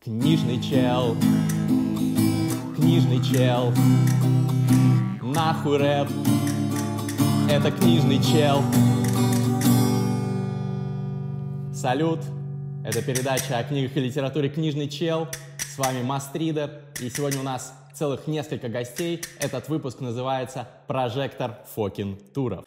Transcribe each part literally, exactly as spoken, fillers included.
Книжный чел, книжный чел, нахуй рэп, это книжный чел. Салют, это передача о книгах и литературе «Книжный чел». С вами Мастридер, и сегодня у нас целых несколько гостей. Этот выпуск называется «Прожектор Фокин Туров».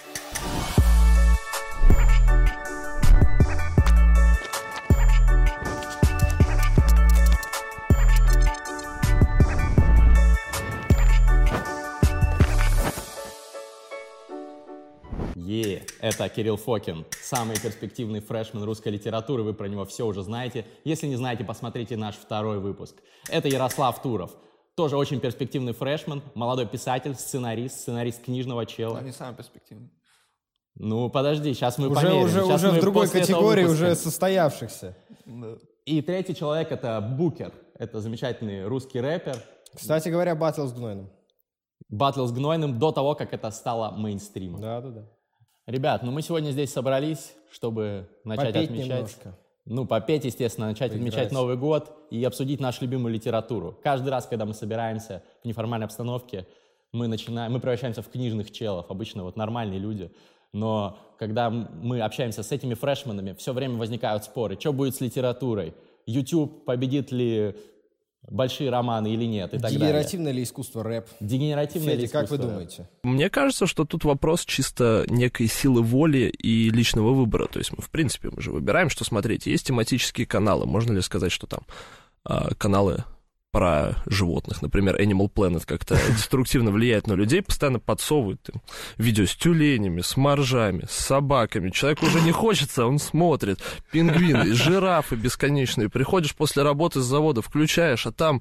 Е, это Кирилл Фокин, самый перспективный фрешмен русской литературы, вы про него все уже знаете. Если не знаете, посмотрите наш второй выпуск. Это Ярослав Туров, тоже очень перспективный фрешмен, молодой писатель, сценарист, сценарист книжного чела. Но не самый перспективный. Ну, подожди, сейчас мы уже, померим. Уже, сейчас уже мы в другой категории, уже состоявшихся. Да. И третий человек — это Букер, это замечательный русский рэпер. Кстати говоря, баттл с Гнойным. Баттл с Гнойным до того, как это стало мейнстримом. Да-да-да. Ребят, ну мы сегодня здесь собрались, чтобы начать попеть отмечать... немножко. Ну, попеть, естественно, начать Поиграть. отмечать Новый год и обсудить нашу любимую литературу. Каждый раз, когда мы собираемся в неформальной обстановке, мы, начинаем, мы превращаемся в книжных челов, обычно вот нормальные люди. Но когда мы общаемся с этими фрешменами, все время возникают споры. Что будет с литературой? YouTube победит ли большие романы или нет? И так Дегенеративное далее. ли искусство рэп? Дегенеративное Федя, ли искусство как вы рэп? думаете? Мне кажется, что тут вопрос чисто некой силы воли и личного выбора. То есть мы, в принципе, мы же выбираем, что смотреть. Есть тематические каналы. Можно ли сказать, что там э, каналы про животных, например, Animal Planet, как-то деструктивно влияет на людей, постоянно подсовывают им видео с тюленями, с моржами, с собаками. Человеку уже не хочется, он смотрит. Пингвины, жирафы бесконечные. Приходишь после работы с завода, включаешь, а там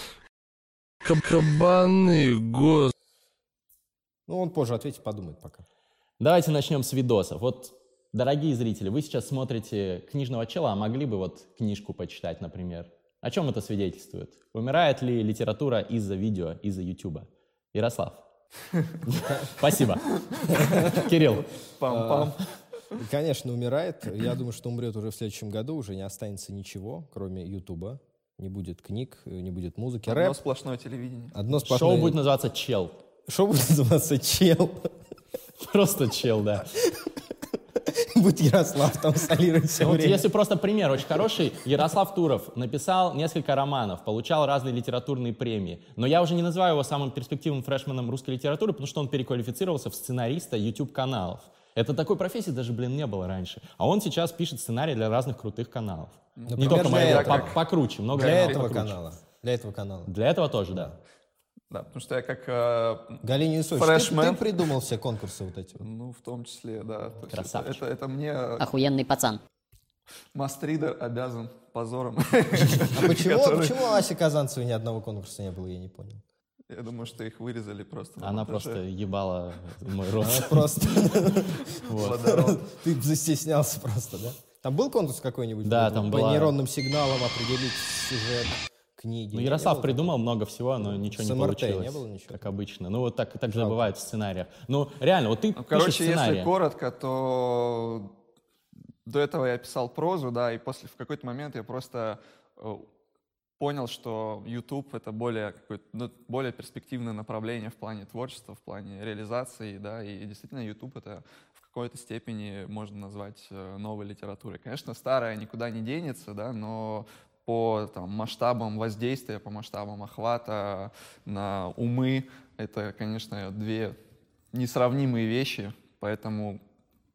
кабаны, господи. Ну, он позже ответит, подумает пока. Давайте начнем с видосов. Вот, дорогие зрители, вы сейчас смотрите «Книжного чела», а могли бы вот книжку почитать, например? О чем это свидетельствует? Умирает ли литература из-за видео, из-за Ютуба? Ярослав. Спасибо. Кирилл. Пам-пам. Конечно, умирает. Я думаю, что умрет уже в следующем году. Уже не останется ничего, кроме Ютуба. Не будет книг, не будет музыки. Одно Рэп. сплошное телевидение. Одно сплошное... Шоу будет называться «Чел». Шоу будет называться «Чел». Просто «Чел», да. Будет Ярослав там солировать все Вот время. если просто пример очень хороший, Ярослав Туров написал несколько романов, получал разные литературные премии, но я уже не называю его самым перспективным фрешменом русской литературы, потому что он переквалифицировался в сценариста YouTube-каналов. Это такой профессии даже, блин, не было раньше. А он сейчас пишет сценарии для разных крутых каналов. Например, не только для моего, этого. по- покруче, много Для каналов этого покруче. канала. Для этого канала. Для этого тоже, да. Да, потому что я как э, Галина Юсович, ты, фрешмен, ты придумал все конкурсы вот эти вот. ну, в том числе, да. То есть Красавчик. Это, это, это мне Охуенный пацан. Мастридер обязан позором. А почему, Который- почему Аси Казанцевой ни одного конкурса не было, я не понял. Я думаю, что их вырезали просто. на Она монтаже. просто ебала мой рот. Она просто... Водород. Ты застеснялся просто, да? Там был конкурс какой-нибудь? Да, Вот, там по была- нейронным сигналам определить сюжет книги. Ну, Не Ярослав было придумал много всего, но ничего С не эм эр тэ получилось. не было ничего? Как обычно. Ну, вот так, так же бывает в сценариях. Ну, реально, вот ты Ну, пишешь короче, сценарий. если коротко, то до этого я писал прозу, да, и после в какой-то момент я просто э, понял, что YouTube — это более, какое-то, ну, более перспективное направление в плане творчества, в плане реализации, да, и действительно YouTube — это в какой-то степени можно назвать э, новой литературой. Конечно, старая никуда не денется, да, но по там, масштабам воздействия, по масштабам охвата на умы это, конечно, две несравнимые вещи, поэтому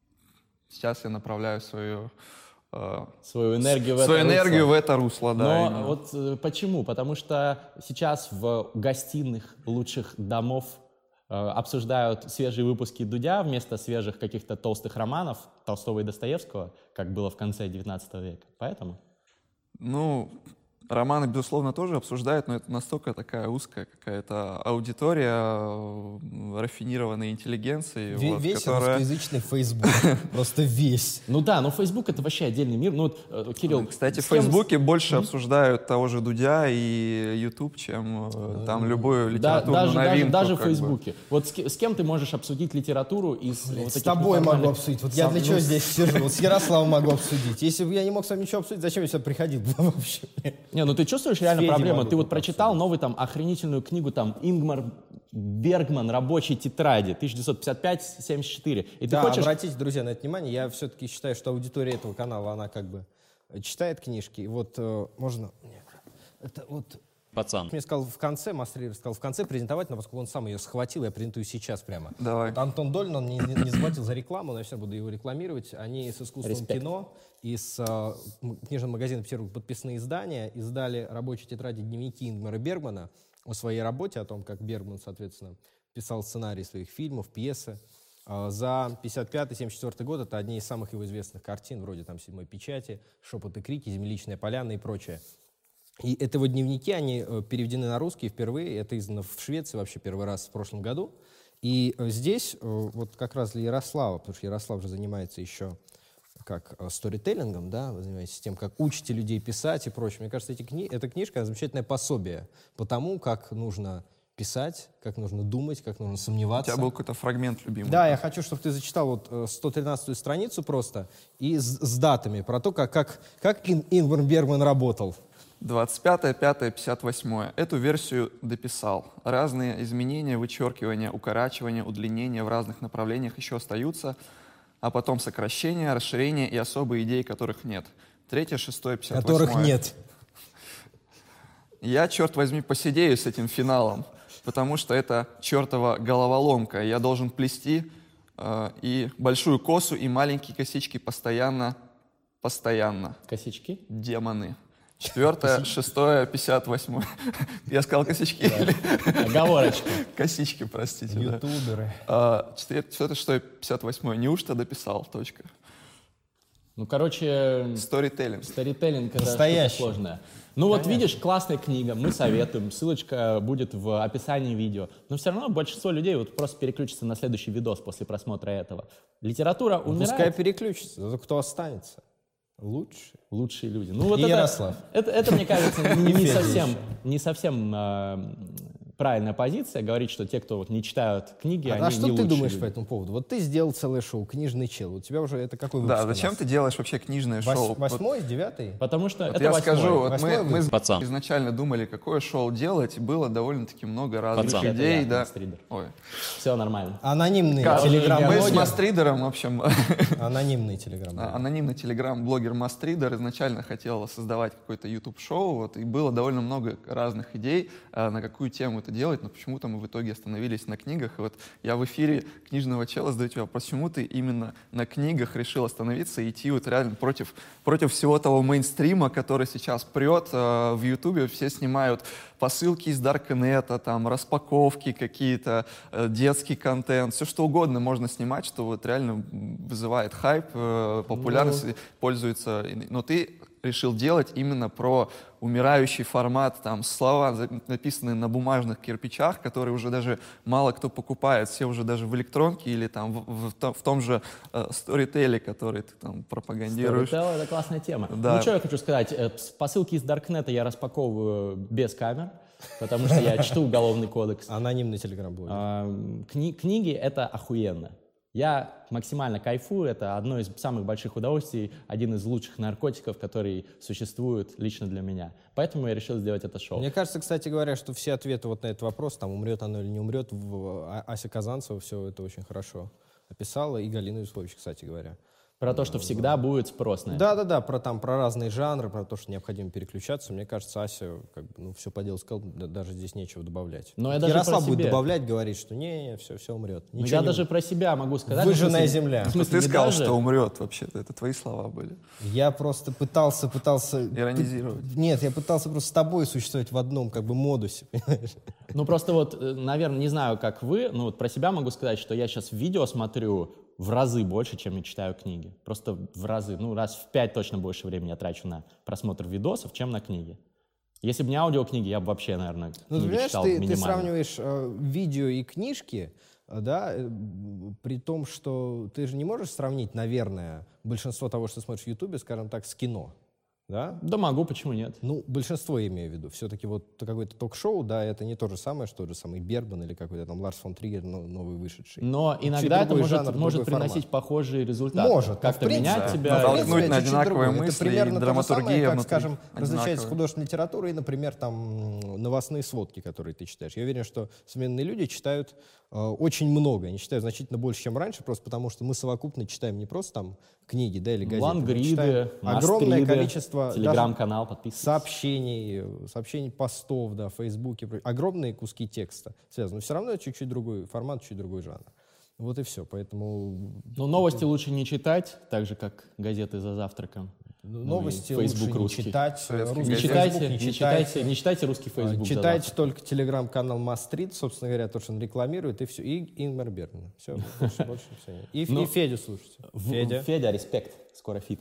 сейчас я направляю свою, э, Свою энергию в свою это энергию русло. в это русло. Да, Но именно. вот э, почему? Потому что сейчас в гостиных лучших домов э, обсуждают свежие выпуски Дудя вместо свежих каких-то толстых романов Толстого и Достоевского, как было в конце девятнадцатого века. Поэтому... Ну, романы, безусловно, тоже обсуждают, но это настолько такая узкая какая-то аудитория э, рафинированной интеллигенции. Ве- вот, весь которая... русскоязычный Facebook. Просто весь. Ну да, но Facebook — это вообще отдельный мир. Ну вот, э, Кирилл... Кстати, с в кем- Фейсбуке больше обсуждают того же Дудя и YouTube, чем э, там любую Да, литературную даже, даже, новинку. даже в как бы. Фейсбуке. Вот с, ки- с кем ты можешь обсудить литературу из вот Блядь, с таких тобой могу неформальных- обсудить. Вот я Сам- для ну, чего с- здесь сижу? Вот с Ярославом могу обсудить. Если бы я не мог с вами ничего обсудить, зачем я сюда приходил вообще? Не, ну ты чувствуешь реально Сведения проблему? могут Ты вот быть прочитал абсолютно. новую там охренительную книгу, там, Ингмар Бергман «Рабочие тетради» тысяча девятьсот пятьдесят пять семьдесят четыре. И Да, ты хочешь... обратите, друзья, на это внимание. Я все-таки считаю, что аудитория этого канала, она как бы читает книжки. И вот э, можно... Это вот... Пацан. Мне сказал в конце, Мастридер сказал в конце презентовать, но поскольку он сам ее схватил, я презентую сейчас прямо. Давай. Вот Антон Долин, он не, не заплатил за рекламу, но я все равно буду его рекламировать. Они с искусством Респект. кино и с э, м- книжным магазином «Петербург» подписные издания издали рабочие тетради дневники Ингмара Бергмана о своей работе, о том, как Бергман, соответственно, писал сценарии своих фильмов, пьесы. Э, за пятьдесят пятый — семьдесят четвёртый год это одни из самых его известных картин, вроде там «Седьмой печати», «Шепот и крики», «Земляничная поляна» и прочее. И это вот дневники, они э, переведены на русский впервые. Это издано в Швеции вообще первый раз в прошлом году. И э, здесь э, вот как раз для Ярослава, потому что Ярослав же занимается еще как э, сторителлингом, да, вы занимаетесь тем, как учите людей писать и прочее. Мне кажется, эти кни... эта книжка — замечательное пособие по тому, как нужно писать, как нужно думать, как нужно У сомневаться. тебя был какой-то фрагмент любимый. Да, я хочу, чтобы ты зачитал вот э, сто тринадцатую страницу просто и с, с датами про то, как, как, как Ин- Ингмар Бергман работал. двадцать пятое пятое пятьдесят восьмое. Эту версию дописал. Разные изменения, вычеркивания, укорачивания, удлинения в разных направлениях еще остаются, а потом сокращения, расширения и особые идеи, которых нет. Третье, шестое, пятьдесят восьмое. Которых нет. Я, черт возьми, посидею с этим финалом, потому что это чертова головоломка. Я должен плести э, и большую косу, и маленькие косички постоянно, постоянно. Косички? Демоны. Четвертое, шестое, пятьдесят восьмое. Я сказал косички или Оговорочка. косички, простите. да. Ютуберы. А, четвер- Четвертое, шестое, пятьдесят восьмое. Неужто дописал? Точка. Ну, короче, Сторителлинг. сторителлинг — это штука Настоящий. сложная. Ну вот видишь, классная книга, мы советуем, ссылочка будет в описании видео. Но все равно большинство людей вот просто переключится на следующий видос после просмотра этого. Литература умирает. Пускай переключится, зато кто останется? Лучше. Лучшие люди. Ну, вот И это, Ярослав. Это, это, мне кажется, не, не Федя совсем, еще. не совсем э, правильная позиция говорить, что те, кто вот не читают книги, А, они а не что ты лучшие думаешь люди. по этому поводу? Вот ты сделал целое шоу «Книжный чел». У тебя уже это какой выпуск? Да, у зачем нас? ты делаешь вообще книжное Вось- шоу? Вот- Восьмой, девятый? Потому что Вот это я восьмой. скажу, вот Восьмой мы, мы выпуск. Пацан. изначально думали, какое шоу делать, и было довольно-таки много разных Пацан. Это идей. я, Да. Мастридер. Ой. Все нормально. Анонимный Как? Мы с телеграм-блогер. Мастридером, в общем, Анонимный телеграм-блогер. анонимный телеграм-блогер Мастридер изначально хотел создавать какое-то YouTube-шоу, вот, и было довольно много разных идей, а, на какую тему это делать, но почему-то мы в итоге остановились на книгах. И вот я в эфире «Книжного чела» задаю тебе вопрос, почему ты именно на книгах решил остановиться и идти вот реально против, против всего того мейнстрима, который сейчас прет э, в Ютубе, все снимают посылки из Даркнета, там, распаковки какие-то, э, детский контент, все что угодно можно снимать, что вот реально вызывает хайп, э, популярность, Ну. пользуется. Но ты решил делать именно про умирающий формат, там, слова, за- написанные на бумажных кирпичах, которые уже даже мало кто покупает, все уже даже в электронке или там в, в том- в том же э, сторителе, который ты там пропагандируешь. Storytel — это классная тема. Да. Ну, что я хочу сказать. Э, с- Посылки из Даркнета я распаковываю без камер, потому что я чту уголовный кодекс. Анонимный телеграм-блогер. А, кни- Книги — это охуенно. Я максимально кайфую, это одно из самых больших удовольствий, один из лучших наркотиков, который существует лично для меня. Поэтому я решил сделать это шоу. Мне кажется, кстати говоря, что все ответы вот на этот вопрос, там, умрет оно или не умрет, в- А- Ася Казанцева все это очень хорошо описала, и Галина Юсупович, кстати говоря. Про то, что всегда будет спрос на это. Да-да-да, про, там, про разные жанры, про то, что необходимо переключаться. Мне кажется, Ася как бы, ну, все по делу сказал, да- даже здесь нечего добавлять. Но я даже Ярослав про будет себя. добавлять, говорить, что не, все, все умрет. Но Ничего я не даже умрет. про себя могу сказать. Выжженная в смысле- земля. в смысле, Ты не сказал, даже- что умрет вообще-то, это твои слова были. Я просто пытался, пытался... Иронизировать. Нет, я пытался просто с тобой существовать в одном как бы модусе, понимаешь? Ну, просто вот, наверное, не знаю, как вы, но вот про себя могу сказать, что я сейчас видео смотрю в разы больше, чем я читаю книги. Просто в разы, ну, раз в пять точно больше времени я трачу на просмотр видосов, чем на книги. Если бы не аудиокниги, я бы вообще, наверное, Ну, ты книги понимаешь, читал ты, ты минимально. сравниваешь э, видео и книжки, э, да, э, при том, что ты же не можешь сравнить, наверное, большинство того, что смотришь в Ютубе, скажем так, с кино. Да? Да могу, почему нет? Ну, большинство я имею в виду. Все-таки вот какое-то ток-шоу, да, это не то же самое, что тот же самый Бергман или какой-то там Ларс фон Триер, но- новый вышедший. Но иногда это другой может, жанр, может другой приносить формат. похожие результаты. Может. Как-то но в принципе, менять да. тебя. но в Натолкнуть принципе, на это чуть-чуть одинаковые другое. мысли, Это примерно и то же драматургия самое, как, внутри скажем, различается одинаковая. художественная литература и, например, там новостные сводки, которые ты читаешь. Я уверен, что современные люди читают э, очень много. Они читают значительно больше, чем раньше, просто потому что мы совокупно читаем не просто там книги, да, или газеты. мы Лангриды, читаем огромное Мастриды, количество даже телеграм-канал, подписывайтесь. сообщений, сообщений, постов, да, в Фейсбуке, огромные куски текста связаны. Но все равно это чуть-чуть другой формат, чуть другой жанр. Вот и все. Поэтому Но новости лучше не читать, так же, как газеты за завтраком. новости Ну и Facebook лучше русский. не читать. Советский Русский Не газеты. Facebook читайте, не не читайте, не читайте русский Facebook. за Читайте завтраком. только телеграм-канал Мастрит, собственно говоря, то, что он рекламирует, и все. И Ингмар Бергман. Все, больше, больше ничего нет. И, Ну, и Федю слушайте. В- Федя. Федя, респект, скоро фит.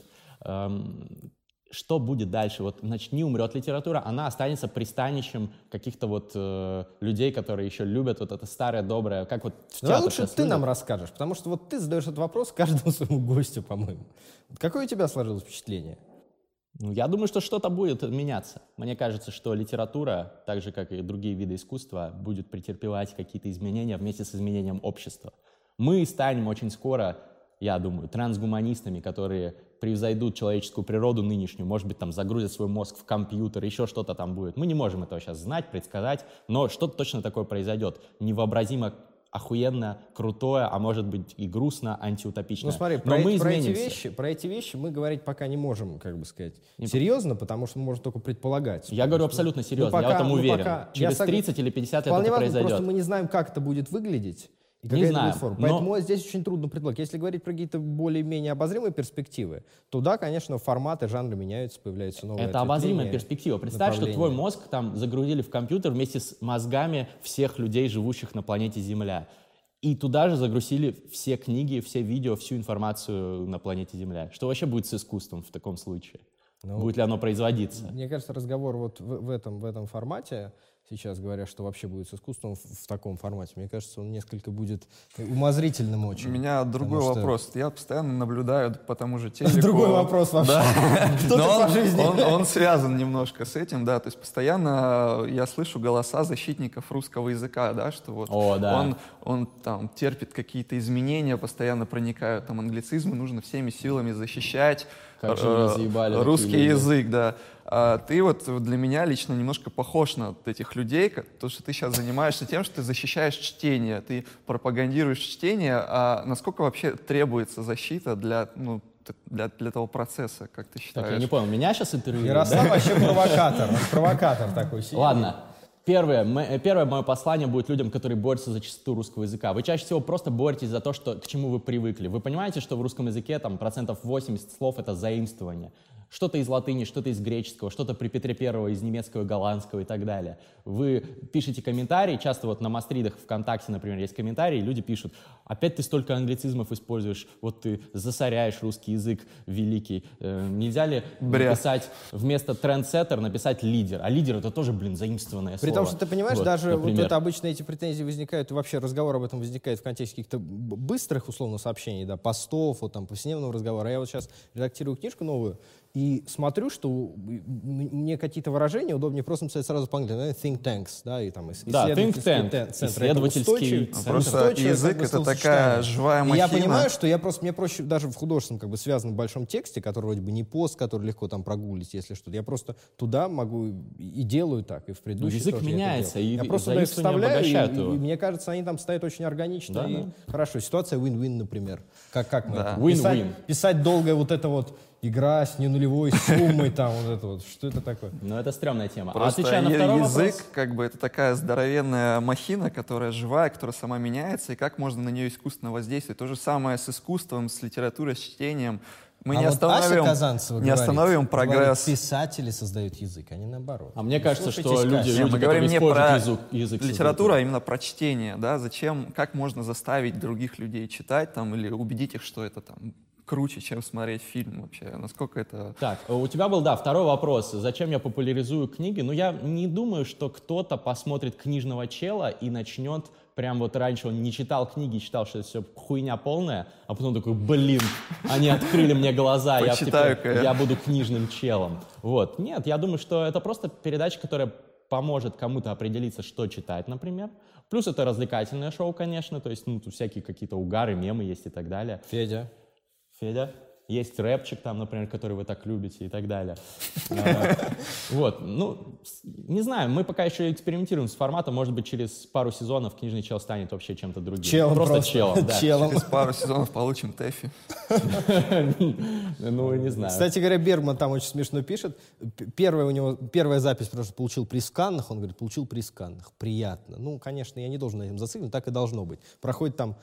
Эм, Что будет дальше? Вот, значит, не умрет литература, она останется пристанищем каких-то вот э, людей, которые еще любят вот это старое, доброе, как вот в Давай театр лучше сейчас ты любят. нам расскажешь, потому что вот ты задаешь этот вопрос каждому своему гостю, по-моему. Вот какое у тебя сложилось впечатление? Ну, я думаю, что что-то будет меняться. Мне кажется, что литература, так же, как и другие виды искусства, будет претерпевать какие-то изменения вместе с изменением общества. Мы станем очень скоро, я думаю, трансгуманистами, которые превзойдут человеческую природу нынешнюю, может быть, там загрузят свой мозг в компьютер, еще что-то там будет. Мы не можем этого сейчас знать, предсказать, но что-то точно такое произойдет. Невообразимо охуенно, крутое, а может быть и грустно, антиутопичное. Ну смотри, Но про, мы эти, про, эти изменимся. вещи, про эти вещи мы говорить пока не можем, как бы сказать, Не- серьезно, потому что мы можем только предполагать. Я говорю Потому что- абсолютно серьезно, ну, я в пока- этом ну, уверен. пока- Через я сог- тридцать или пятьдесят лет Вполне это возможно, произойдет. просто мы не знаем, как это будет выглядеть. И Не какая это знаю, будет форма. но- Поэтому здесь очень трудно предполагать. Если говорить про какие-то более-менее обозримые перспективы, то да, конечно, форматы, жанры меняются, появляются новые Это обозримая ответвления, перспектива. Представь, что твой направления. мозг там загрузили в компьютер вместе с мозгами всех людей, живущих на планете Земля. И туда же загрузили все книги, все видео, всю информацию на планете Земля. Что вообще будет с искусством в таком случае? Ну, Будет ли оно производиться? Мне кажется, разговор вот в, в этом, в этом формате, сейчас говоря, что вообще будет с искусством в, в таком формате, мне кажется, он несколько будет умозрительным У очень. меня другой что- вопрос. Я постоянно наблюдаю по тому же телеку. Другой вопрос вообще. Кто Но ты по он, жизни? он- он связан немножко с этим, да, то есть постоянно я слышу голоса защитников русского языка, да, что вот О, да. он, он там терпит какие-то изменения, постоянно проникают там англицизмы, нужно всеми силами защищать Как же меня э, заебали такие русский люди. язык, да. А ты вот для меня лично немножко похож на вот этих людей, как- то, что ты сейчас занимаешься тем, что ты защищаешь чтение, ты пропагандируешь чтение, а насколько вообще требуется защита для, ну, т- для, для этого процесса, как ты считаешь? Так, я не понял, меня сейчас интервьюируют, Ярослав да? вообще провокатор. Он провокатор такой. сильный. Ладно. Первое, мо- первое мое послание будет людям, которые борются за чистоту русского языка. Вы чаще всего просто боретесь за то, что, к чему вы привыкли. Вы понимаете, что в русском языке там процентов восемьдесят слов — это заимствование. Что-то из латыни, что-то из греческого, что-то при Петре Первого из немецкого, голландского и так далее. Вы пишете комментарии, часто вот на Мастридах ВКонтакте, например, есть комментарии, и люди пишут: опять ты столько англицизмов используешь, вот ты засоряешь русский язык великий. Э, нельзя ли Бред. написать вместо трендсеттер написать лидер? А лидер — это тоже, блин, заимствованное При слово. том, что ты понимаешь, Вот, даже вот например. это обычно эти претензии возникают, и вообще разговор об этом возникает в контексте каких-то б- быстрых, условно, сообщений, да, постов, вот там, повседневного разговора. Я вот сейчас редактирую книжку новую, и смотрю, что м- мне какие-то выражения удобнее просто написать сразу по-английски, да, think tanks, да, и там ис- Да, think исследовательский tank, тен- центр. Это исследовательский устойчивый- центр. Просто устойчивое, язык как бы, — это словосочетание. такая живая И я махина. понимаю, что я просто, мне проще даже в художественном, как бы, связанном большом тексте, который вроде бы не пост, который легко там прогуглить, если что-то. Я просто туда могу и делаю так, и в предыдущий язык тоже я это меняется, делал. и я просто туда их заимствования вставляю, и, обогащают и- его. и мне кажется, они там стоят очень органично Да, и да. хорошо. Ситуация win-win, например. Как, как мы Да. это? Win-win. Писать, писать долгое вот это вот игра с ненулевой суммой, там вот это вот. Что это такое? Ну, это стрёмная тема. Просто а отвечая на е- второй язык, вопрос, как бы, это такая здоровенная махина, которая живая, которая сама меняется, и как можно на нее искусственно воздействовать. То же самое с искусством, с литературой, с чтением. Мы а не вот Ася остановим, Казанцева не говорит, остановим говорит, прогресс. писатели создают язык, а не наоборот. а мне Ну, кажется, что слушайтесь, люди, Кася. Не, люди мы говорим которые не про используют язык, язык литературу, а создают. именно про чтение, да, зачем, как можно заставить других людей читать там или убедить их, что это там круче, чем смотреть фильм вообще? Насколько это... Так, у тебя был, да, второй вопрос. Зачем я популяризую книги? Ну, я не думаю, что кто-то посмотрит книжного чела и начнет прям вот раньше он не читал книги, считал, что это все хуйня полная, а потом такой, блин, они открыли мне глаза, я теперь я буду книжным челом. Вот. Нет, я думаю, что это просто передача, которая поможет кому-то определиться, что читать, например. Плюс это развлекательное шоу, конечно, то есть, ну, тут всякие какие-то угары, мемы есть и так далее. Федя. Федя. Есть рэпчик там, например, который вы так любите и так далее. Вот, ну, не знаю, мы пока еще экспериментируем с форматом, может быть, через пару сезонов книжный чел станет вообще чем-то другим. Челом просто челом, да. Через пару сезонов получим Тэфи. Ну, не знаю. Кстати говоря, Бергман там очень смешно пишет. Первая у него, первая запись, просто получил приз в Каннах, он говорит, получил приз в Каннах. Приятно. Ну, конечно, я не должен на этом зацикливаться, так и должно быть. Проходит там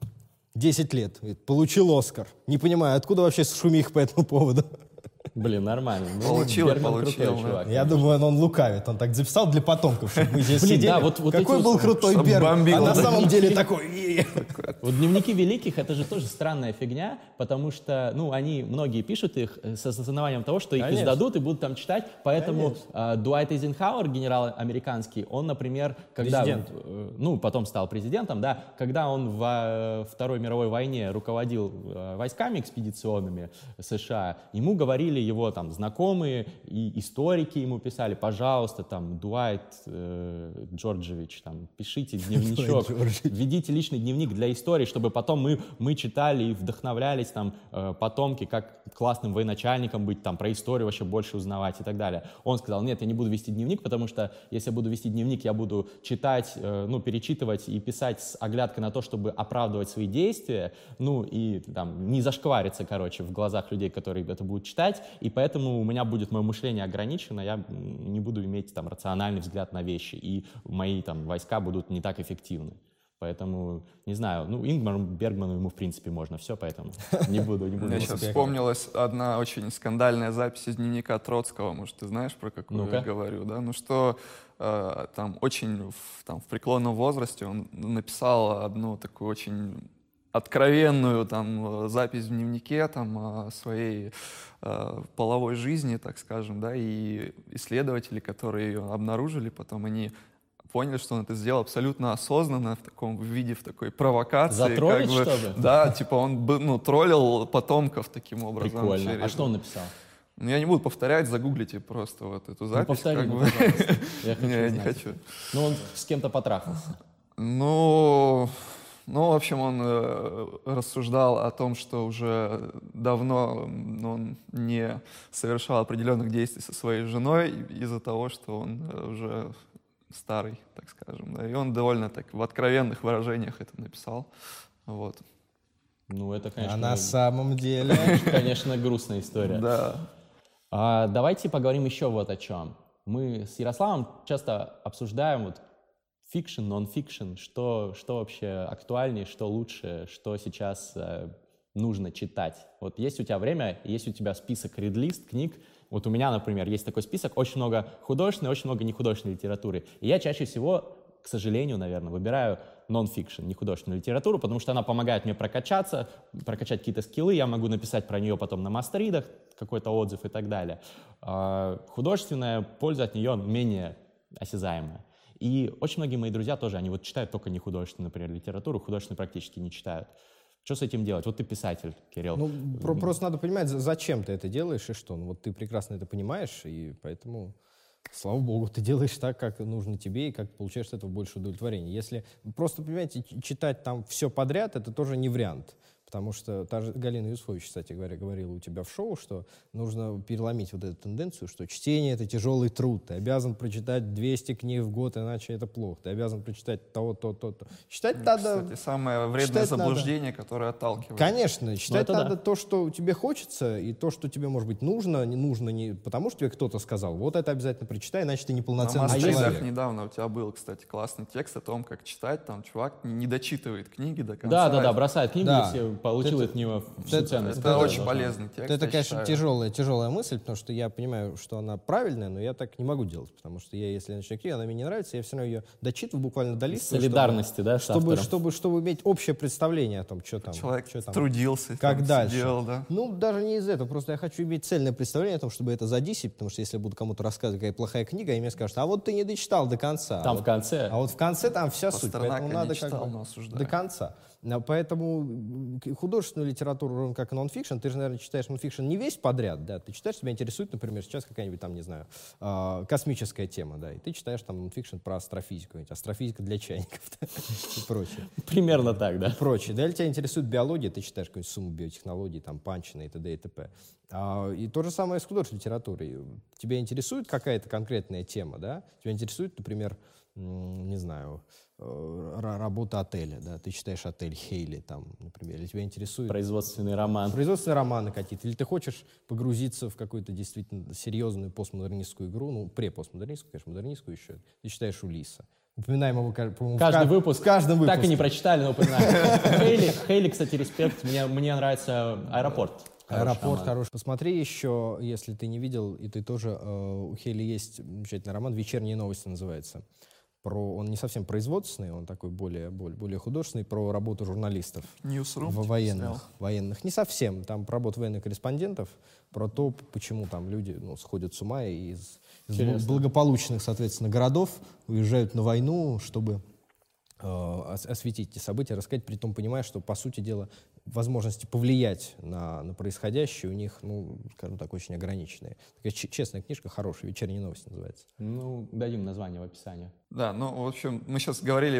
десять лет, получил Оскар. Не понимаю, откуда вообще шумих по этому поводу? Блин, нормально. Ну, получил, Бергман получил. Крутой, чувак, я думаю, он, он лукавит. Он так записал для потомков, чтобы мы здесь Блин, сидели. Да, вот, вот какой был вот, крутой Бергман, а на да? самом деле такой... Вот дневники великих — это же тоже странная фигня, потому что, ну, они, многие пишут их с осознаванием того, что их Конечно. издадут и будут там читать, поэтому э, Дуайт Эйзенхауэр, генерал американский, он, например, когда, Президент. э, ну, потом стал президентом, да, когда он во э, Второй мировой войне руководил э, войсками экспедиционными США, ему говорили его там знакомые и историки ему писали, пожалуйста, там, Дуайт э, Джорджевич, там, пишите дневничок, ведите личный дневник для истории, чтобы потом мы, мы читали и вдохновлялись, там, э, потомки, как классным военачальником быть, там, про историю вообще больше узнавать и так далее. Он сказал, нет, я не буду вести дневник, потому что если я буду вести дневник, я буду читать, э, ну, перечитывать и писать с оглядкой на то, чтобы оправдывать свои действия, ну, и там, не зашквариться, короче, в глазах людей, которые это будут читать, и поэтому у меня будет мое мышление ограничено, я не буду иметь, там, рациональный взгляд на вещи, и мои, там, войска будут не так эффективны. Поэтому, не знаю, ну, Ингмару Бергману ему, в принципе, можно все, поэтому не буду, не буду. Мне сейчас вспомнилась одна очень скандальная запись из дневника Троцкого, может, ты знаешь, про какую Ну-ка. я говорю, да? Ну, что э, там очень в, там, в преклонном возрасте он написал одну такую очень откровенную там запись в дневнике там, о своей э, половой жизни, так скажем, да, и исследователи, которые ее обнаружили, потом они поняли, что он это сделал абсолютно осознанно, в таком виде, в такой провокации. Затроллить, как бы, что ли? Да, типа он бы, ну, троллил потомков таким образом. Прикольно. через- А что он написал? Ну, я не буду повторять, загуглите просто вот эту Ну, запись. повтори, как ну, бы. пожалуйста. Я хочу Не, я не знать. хочу. Ну, он с кем-то потрахался. Ну, ну, в общем, он э, рассуждал о том, что уже давно м, он не совершал определенных действий со своей женой из-за того, что он э, уже старый, так скажем. Да. И он довольно так в откровенных выражениях это написал. Вот. Ну, это, конечно, А на самом деле... конечно, грустная история. Да. А, давайте поговорим еще вот о чем. Мы с Ярославом часто обсуждаем вот фикшн, нон-фикшн, что, что вообще актуальнее, что лучше, что сейчас э, нужно читать. Вот есть у тебя время, есть у тебя список рид-лист книг. Вот у меня, например, есть такой список, очень много художественной, очень много нехудожественной литературы. И я чаще всего, к сожалению, наверное, выбираю нон-фикшн, нехудожественную литературу, потому что она помогает мне прокачаться, прокачать какие-то скиллы, я могу написать про нее потом на мастеридах, какой-то отзыв и так далее. А художественная польза от нее менее осязаемая. И очень многие мои друзья тоже, они вот читают только нехудожественную, например, литературу, художественную практически не читают. Что с этим делать? Вот ты писатель, Кирилл. Ну, про- просто надо понимать, за- зачем ты это делаешь и что. Ну, вот ты прекрасно это понимаешь, и поэтому, слава богу, ты делаешь так, как нужно тебе, и как получаешь от этого больше удовлетворения. Если просто, понимаете, ч- читать там все подряд, это тоже не вариант. Потому что та же Галина Юсуфович, кстати говоря, говорила у тебя в шоу, что нужно переломить вот эту тенденцию, что чтение — это тяжелый труд. Ты обязан прочитать двести книг в год, иначе это плохо. Ты обязан прочитать то, то, то, то. Читать надо... Кстати, самое вредное читать надо. заблуждение, которое отталкивает. Конечно, читать это да. надо то, что тебе хочется, и то, что тебе, может быть, нужно, не нужно не потому, что тебе кто-то сказал. Вот это обязательно прочитай, иначе ты На неполноценный мастеридах человек. недавно у тебя был, кстати, классный текст о том, как читать. Там чувак не дочитывает книги до конца. Да, да, да, бросает книги Да. и все получил Это- от него всю это- ценность. Это это очень должна. полезный текст. Это, я конечно, считаю. тяжелая, тяжелая мысль, потому что я понимаю, что она правильная, но я так не могу делать, потому что я, если я начну книгу, она мне не нравится, я все равно ее дочитываю буквально до Из листа. солидарности, да, с чтобы, автором. чтобы, чтобы иметь общее представление о том, что там. Человек что там. трудился, Как там дальше? сидел, да. Ну, даже не из этого, просто я хочу иметь цельное представление о том, чтобы это задисить, потому что если я буду кому-то рассказывать, какая плохая книга, и мне скажут, а вот ты не дочитал до конца. Там а в вот, конце. а вот в конце там вся суть, Пастернака поэтому не надо читал, как бы но осуждаю. до конца. А Поэтому м, к- художественную литературу, ровно как и нонфикшн, ты же, наверное, читаешь нонфикшн не весь подряд, да, ты читаешь, тебя интересует, например, сейчас какая-нибудь там, не знаю, а, космическая тема, да, и ты читаешь там нонфикшн про астрофизику, какую-нибудь, астрофизика для чайников да, и прочее. Примерно так, да. Прочее. Да, или тебя интересует биология, ты читаешь какую-нибудь сумму биотехнологий, там, Панчина и т.д. и т.п. А, и то же самое с художественной литературой. Тебя интересует какая-то конкретная тема, да? Тебя интересует, например, м, не знаю, э, ра- работа отеля, да? Ты читаешь «Отель Хейли», там, например, или тебя интересует Производственный роман. производственные романы какие-то, или ты хочешь погрузиться в какую-то действительно серьезную постмодернистскую игру, ну, препостмодернистскую, конечно, модернистскую еще, ты читаешь Улисса. Упоминаем его, ка- по-моему, в Каждый ка- выпуск. в каждом выпуске. Так и не прочитали, но упоминаем. Хейли, Хейли, кстати, респект. Мне, мне нравится «Аэропорт». Хороший Аэропорт роман. хороший. Посмотри еще, если ты не видел, и ты тоже, э, у Хейли есть замечательный роман «Вечерние новости» называется. Про, он не совсем производственный, он такой более, более, более художественный, про работу журналистов. Ньюсрум в типа военных, снял. военных. Не совсем. Там про работу военных корреспондентов, про то, почему там люди ну, сходят с ума и из, из Интересно. благополучных, соответственно, городов уезжают на войну, чтобы э, ос- осветить эти события, рассказать, при том понимая, что, по сути дела, возможности повлиять на, на происходящее у них, ну, скажем так, очень ограниченные. Такая ч- честная книжка, хорошая, «Вечерние новости» называется. Ну, дадим название в описании. Да, ну, в общем, мы сейчас говорили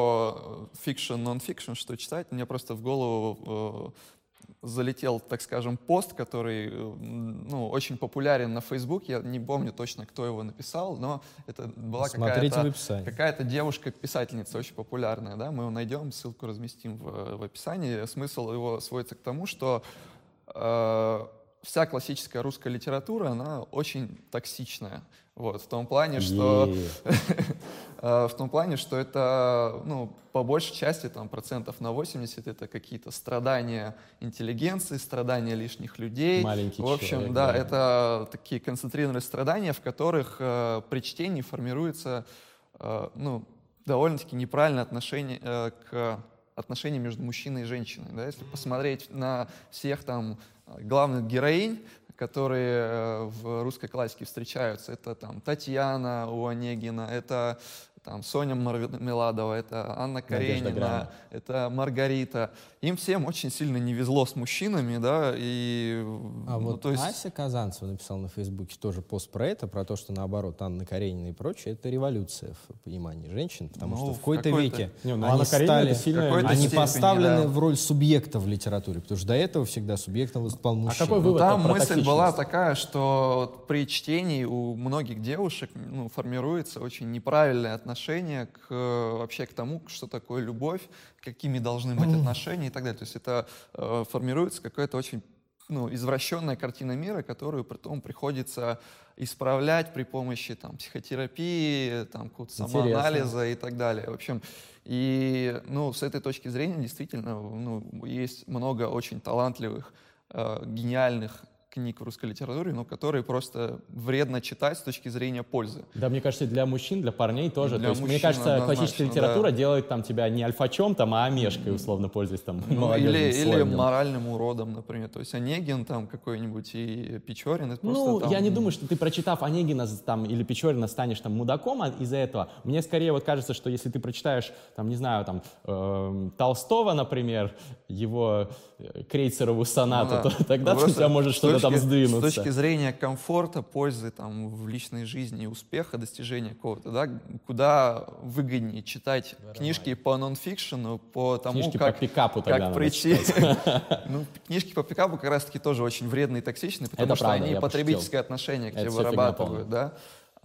про фикшн, нон-фикшн, что читать. Мне просто в голову э, залетел, так скажем, пост, который, э, ну, очень популярен на Фейсбуке. Я не помню точно, кто его написал, но это была Смотрите в какая-то, описании. какая-то девушка-писательница очень популярная. Да? Мы его найдем, ссылку разместим в, в описании. Смысл его сводится к тому, что э, вся классическая русская литература, она очень токсичная. Вот, в том плане, что Е. э, в том плане, что это, ну, по большей части, там, процентов на восемьдесят это какие-то страдания интеллигенции, страдания лишних людей. Маленький В общем, человек, да, да. это такие концентрированные страдания, в которых э, при чтении формируется, э, ну, довольно-таки неправильное отношение э, к отношениям между мужчиной и женщиной. Да? Если посмотреть на всех там главных героинь, которые э, в русской классике встречаются, это там Татьяна у Онегина, это там Соня Мармеладова, это Анна Надежда Каренина, Гран. это Маргарита. Им всем очень сильно не везло с мужчинами, да, и... А ну, вот то есть... Ася Казанцева написала на Фейсбуке тоже пост про это, про то, что наоборот Анна Каренина и прочее, это революция в понимании женщин, потому Ну, что в в какой-то какой-то- веке Не, ну, они Анна Каренина стали, это сильная какой-то они степени, поставлены да. в роль субъекта в литературе, потому что до этого всегда субъектом выступал мужчина. какой Ну, вывод там про мысль была токсичность? такая, что вот при чтении у многих девушек, ну, формируется очень неправильное отношение к, э, вообще к тому, что такое любовь, какими должны быть отношения и так далее. То есть это э, формируется какая-то очень, ну, извращенная картина мира, которую потом приходится исправлять при помощи там, психотерапии, там, какого-то Интересно. самоанализа и так далее. В общем, и, ну, с этой точки зрения действительно, ну, есть много очень талантливых, э, гениальных книг в русской литературе, но которые просто вредно читать с точки зрения пользы. Да, мне кажется, для мужчин, для парней тоже. Для То есть, мне мужчин кажется, однозначно, классическая да. литература делает там тебя не альфачом, там, а омешкой, условно пользуясь там Ну, молодежным или, или сленгом. моральным уродом, например. То есть Онегин там какой-нибудь и Печорин. Это просто Ну, там- я не думаю, что ты, прочитав Онегина там, или Печорина, станешь там мудаком от- из-за этого. Мне скорее вот кажется, что если ты прочитаешь, там, не знаю, там, эм, Толстого, например, его э, Крейцерову сонату, Ну да. то тогда Ну, у просто тебя может с что-то там точки- сдвинуться. С точки зрения комфорта, пользы там, в личной жизни, успеха, достижения какого-то, да, куда выгоднее читать книжки по нонфикшену, по тому, Книжки как, по пикапу тогда как надо прийти. читать. Ну, книжки по пикапу как раз-таки тоже очень вредные и токсичные, потому Это что правда, они я потребительское отношение к Это тебе всё фигня вырабатывают, да.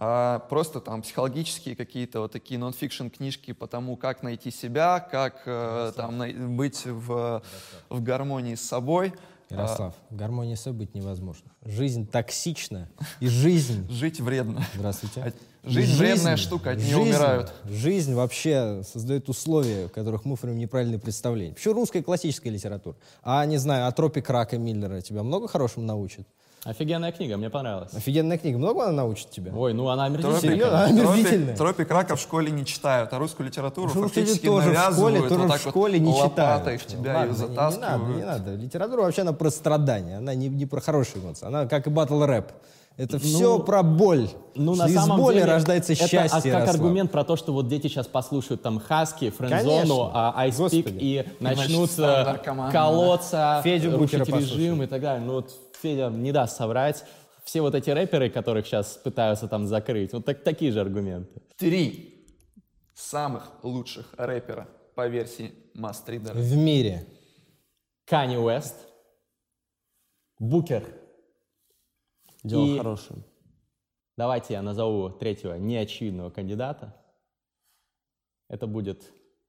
А просто там психологические какие-то вот такие нон-фикшн книжки по тому, как найти себя, как э, там най- быть в, в гармонии с собой. Ярослав, гармонии с собой быть невозможно. Жизнь токсична, и жизнь... Жить вредно. Здравствуйте. А Жизнь вредная штука, от нее жизнь, умирают. Жизнь вообще создает условия, в которых мы формируем неправильные представления. Почему русская классическая литература? А, не знаю, «Атропик рака» Миллера тебя много хорошему научит? Офигенная книга, мне понравилась. Офигенная книга. Много она научит тебя? Ой, ну она омерзительная. Серьезно? Омерзительная. Тропик, тропик рака в школе не читают, а русскую литературу Русские фактически тоже в навязывают, школе, тоже вот в так школе вот не лопатой читают. в тебя Ладно, ее не- затаскивают. Не, надо, не надо. Литература вообще она про страдания, она не, не про хорошие эмоции. Она как и батл-рэп. Это все про боль. Ну, Что на из самом боли деле, рождается это счастье. а- как Ярослав. аргумент про то, что вот дети сейчас послушают там Хаски, Френдзону, Конечно. а, Айспик Господи. и начнут начнут стать э, наркоманами, колоться, Федю Букера рушить режим и так далее. Ну вот Федя не даст соврать. Все вот эти рэперы, которых сейчас пытаются там закрыть, вот так, такие же аргументы. Три самых лучших рэпера по версии Мастридера. В мире. Канье Уэст, Букер. Дело И- хорошее. Давайте я назову третьего неочевидного кандидата. Это будет...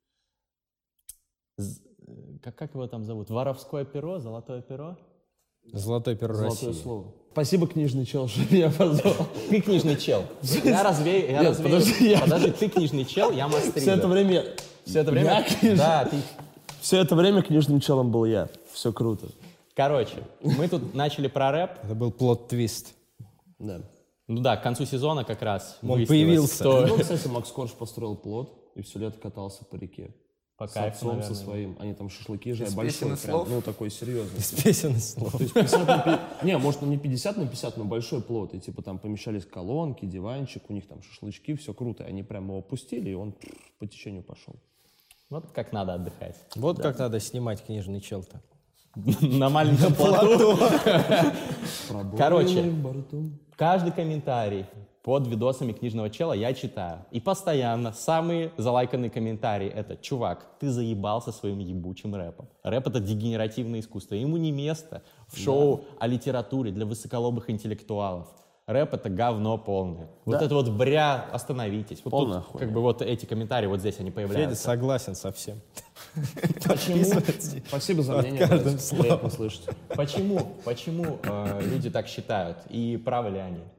з- э, Как, как его там зовут? Воровское перо? Золотое перо? Золотой перо Золотое России. слово. Спасибо, книжный чел, что меня позвал. Ты книжный чел. Я развею... Я Нет, развею- подожди, я- Подожди, ты книжный чел, я мастридер. Все это время... Все это время... Я книжный- Да, ты... Все это время книжным челом был я. Все круто. Короче, мы тут начали про рэп. Это был плот-твист. Да. Ну да, к концу сезона как раз Он выяснилось, появился. что Ну, кстати, Макс Корж построил плот и все лето катался по реке. по С кайфу, отцом, со наверное. своим. Они там шашлыки же Из большой, песен и прям, слов? ну, такой серьезный. Из песен и слов. То есть пятьдесят на пи- Не, может, ну не пятьдесят на пятьдесят, но большой плот. И типа там помещались колонки, диванчик, у них там шашлычки, все круто. И они прямо его опустили, и он пф, по течению пошел. Вот как надо отдыхать. Вот как надо снимать книжный чел-то. На маленьком плоту. Короче, Пробойным бортом. каждый комментарий под видосами книжного чела я читаю. И постоянно самые залайканные комментарии — это: чувак, ты заебался своим ебучим рэпом. Рэп — это дегенеративное искусство. Ему не место в шоу о литературе для высоколобых интеллектуалов. Рэп — это говно полное. Вот Да. это вот бря, остановитесь. Вот Полная тут, хуйня. как бы вот эти комментарии вот здесь они Федя появляются. согласен со всем. Почему? Спасибо за мнение, каждым братец. Приятно слышать. Почему? Почему э, люди так считают? И правы ли они?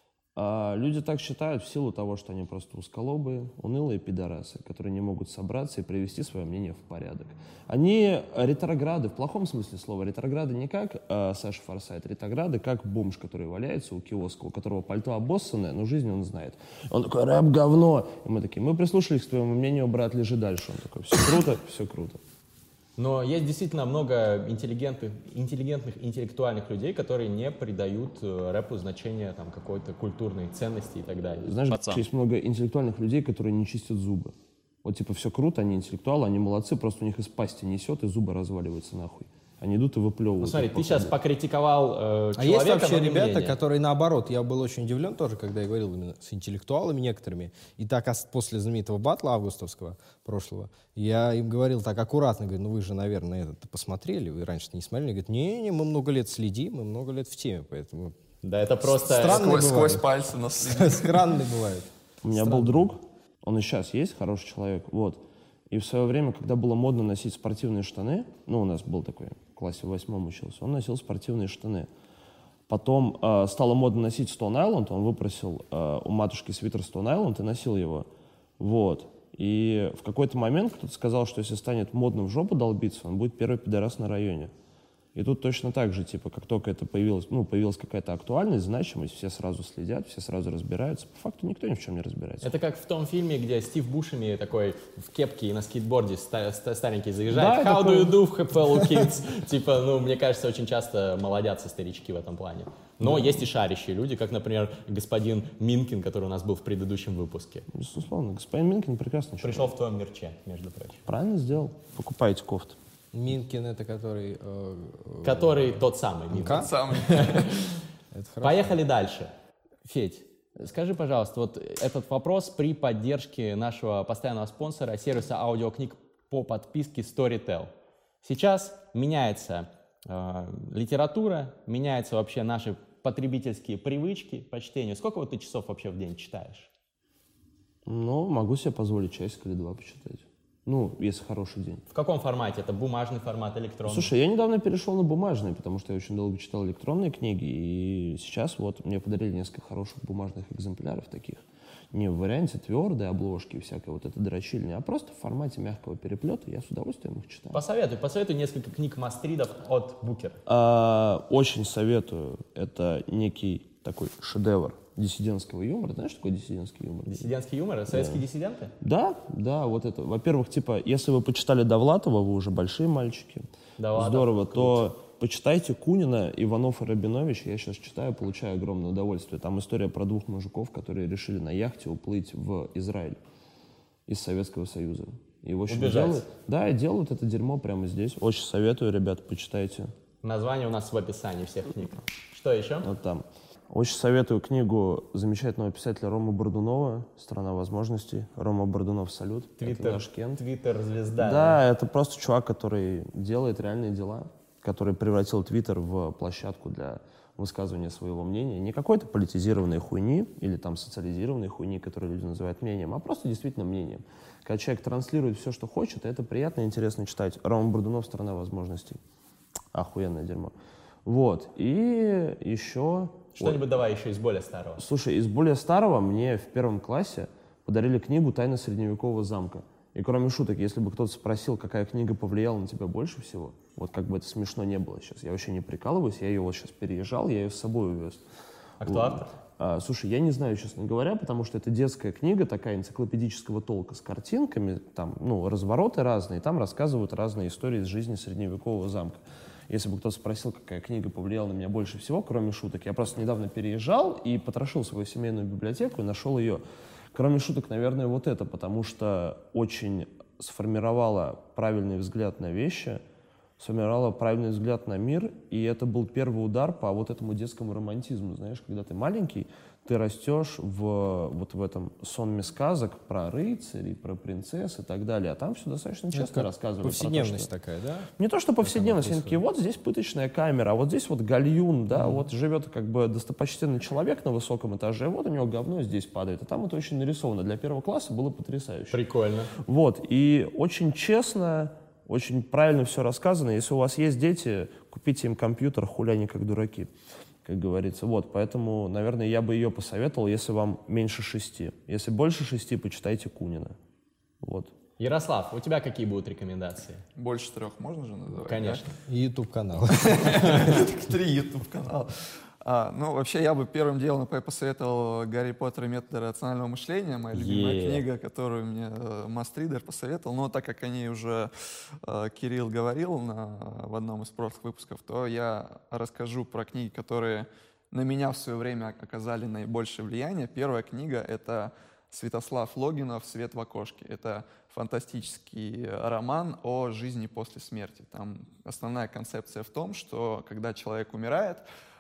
А, люди так считают в силу того, что они просто узколобые, унылые пидорасы, которые не могут собраться и привести свое мнение в порядок. Они ретрограды, в плохом смысле слова. Ретрограды не как э, Саша Форсайт, ретрограды как бомж, который валяется у киоска, у которого пальто обоссанное, но жизнь он знает. Он такой: рэп говно. И мы такие: мы прислушались к твоему мнению, брат, лежи дальше. Он такой: все круто, все круто. Но есть действительно много интеллигентных, интеллигентных, интеллектуальных людей, которые не придают э, рэпу значения там, какой-то культурной ценности и так далее. Знаешь, Пацан. есть много интеллектуальных людей, которые не чистят зубы. Вот типа все круто, они интеллектуалы, они молодцы, просто у них из пасти несет и зубы разваливаются нахуй. Они идут и выплевывают. Ну смотри, их ты по сейчас ходу. покритиковал э, А есть человека, вообще но не ребята, мнение. которые наоборот, я был очень удивлен тоже, когда я говорил именно с интеллектуалами некоторыми, и так ос- после знаменитого батла августовского прошлого, я им говорил так аккуратно, говорю: ну вы же, наверное, это посмотрели, вы раньше не смотрели. Говорят: не-не, мы много лет следим, мы много лет в теме, поэтому Да, это просто... Странно. Сквозь, бывает. сквозь пальцы нас следит. странные бывают. У меня был друг, он и сейчас есть, хороший человек, вот. И в свое время, когда было модно носить спортивные штаны, ну, у нас был такой, в классе в восьмом учился, он носил спортивные штаны. Потом э, стало модно носить Stone Island, он выпросил э, у матушки свитер Stone Island и носил его. Вот. И в какой-то момент кто-то сказал, что если станет модно в жопу долбиться, он будет первый пидорас на районе. И тут точно так же, типа, как только это появилось, ну, появилась какая-то актуальность, значимость, все сразу следят, все сразу разбираются. По факту никто ни в чем не разбирается. Это как в том фильме, где Стив Бушеми такой в кепке и на скейтборде ста- ста- старенький Да, заезжает. How такой. do you do, fellow kids? Типа, ну, мне кажется, очень часто молодятся старички в этом плане. Но есть и шарящие люди, как, например, господин Минкин, который у нас был в предыдущем выпуске. Безусловно, господин Минкин прекрасно человек. Пришел в твоем мерче, между прочим. Правильно сделал. Покупайте кофту. Минкин — это который... э, э, Который тот самый Минкин. Ка? Самый. это хорошо. Поехали дальше. Федь, скажи, пожалуйста, вот этот вопрос при поддержке нашего постоянного спонсора, сервиса аудиокниг по подписке Storytel. Сейчас меняется э, литература, меняются вообще наши потребительские привычки по чтению. Сколько вот ты часов вообще в день читаешь? Ну, могу себе позволить часик или два почитать. Ну, если хороший день. В каком формате? Это бумажный формат, электронный? Слушай, я недавно перешел на бумажные, потому что я очень долго читал электронные книги, и сейчас вот мне подарили несколько хороших бумажных экземпляров таких. не в варианте твердой обложки и всякой вот этой дрочильни, а просто в формате мягкого переплета. Я с удовольствием их читаю. Посоветуй, посоветуй несколько книг Мастридов от Букер. А, очень советую. Это некий такой шедевр диссидентского юмора. Знаешь, что такое диссидентский юмор? Диссидентский юмор? Советские Да. диссиденты? Да, да, вот это. Во-первых, типа, если вы почитали Довлатова, вы уже большие мальчики. Довлатов, Здорово, круто. то почитайте Кунина, Иванов и Рабинович. Я сейчас читаю, получаю огромное удовольствие. Там история про двух мужиков, которые решили на яхте уплыть в Израиль из Советского Союза. И, в общем, Убежать. делают, да, и делают это дерьмо прямо здесь. Очень советую, ребят, почитайте. Название у нас в описании всех книг. Что еще? Вот там. Очень советую книгу замечательного писателя Ромы Бордунова «Страна возможностей». Рома Бордунов, салют. Это Твиттер, наш Кент. Твиттер-звезда. Да, это просто чувак, который делает реальные дела, который превратил Твиттер в площадку для высказывания своего мнения. Не какой-то политизированной хуйни или там социализированной хуйни, которую люди называют мнением, а просто действительно мнением. Когда человек транслирует все, что хочет, это приятно и интересно читать. Рома Бордунов «Страна возможностей». Охуенное дерьмо. Вот. И еще... Что-нибудь Ой. давай еще из более старого. Слушай, из более старого мне в первом классе подарили книгу «Тайна средневекового замка». И кроме шуток, если бы кто-то спросил, какая книга повлияла на тебя больше всего, вот как бы это смешно не было сейчас, я вообще не прикалываюсь, я ее вот сейчас переезжал, я ее с собой увез. А кто Вот. автор? А, слушай, я не знаю, честно говоря, потому что это детская книга, такая энциклопедического толка с картинками, там, ну, развороты разные, там рассказывают разные истории из жизни средневекового замка. Если бы кто-то спросил, какая книга повлияла на меня больше всего, кроме шуток, я просто недавно переезжал и потрошил свою семейную библиотеку и нашел ее. Кроме шуток, наверное, вот это, потому что очень сформировала правильный взгляд на вещи, сформировала правильный взгляд на мир, и это был первый удар по вот этому детскому романтизму. Знаешь, когда ты маленький, ты растешь в, вот в этом сонме сказок про рыцарей, про принцесс и так далее, а там все достаточно часто рассказывали. Повседневность про то, что... такая, да? Не то, что повседневность, они такие, вот здесь пыточная камера, а вот здесь вот гальюн, да, mm-hmm. вот живет как бы достопочтенный человек на высоком этаже, вот у него говно здесь падает, а там это очень нарисовано. Для первого класса было потрясающе. Прикольно. Вот, и очень честно, очень правильно все рассказано. Если у вас есть дети, купите им компьютер, хули они как дураки, как говорится. Вот, поэтому, наверное, я бы ее посоветовал, если вам меньше шести. Если больше шести, почитайте Кунина. Вот. Ярослав, у тебя какие будут рекомендации? Больше трех можно же называть? Конечно. И YouTube-канал. Три YouTube-канала. А, ну, вообще, я бы первым делом посоветовал «Гарри Поттер и методы рационального мышления», моя любимая Yeah. книга, которую мне э, Мастридер посоветовал. Но так как о ней уже э, Кирилл говорил на, в одном из прошлых выпусков, то я расскажу про книги, которые на меня в свое время оказали наибольшее влияние. Первая книга — это Святослав Логинов «Свет в окошке». Это фантастический роман о жизни после смерти. Там основная концепция в том, что когда человек умирает,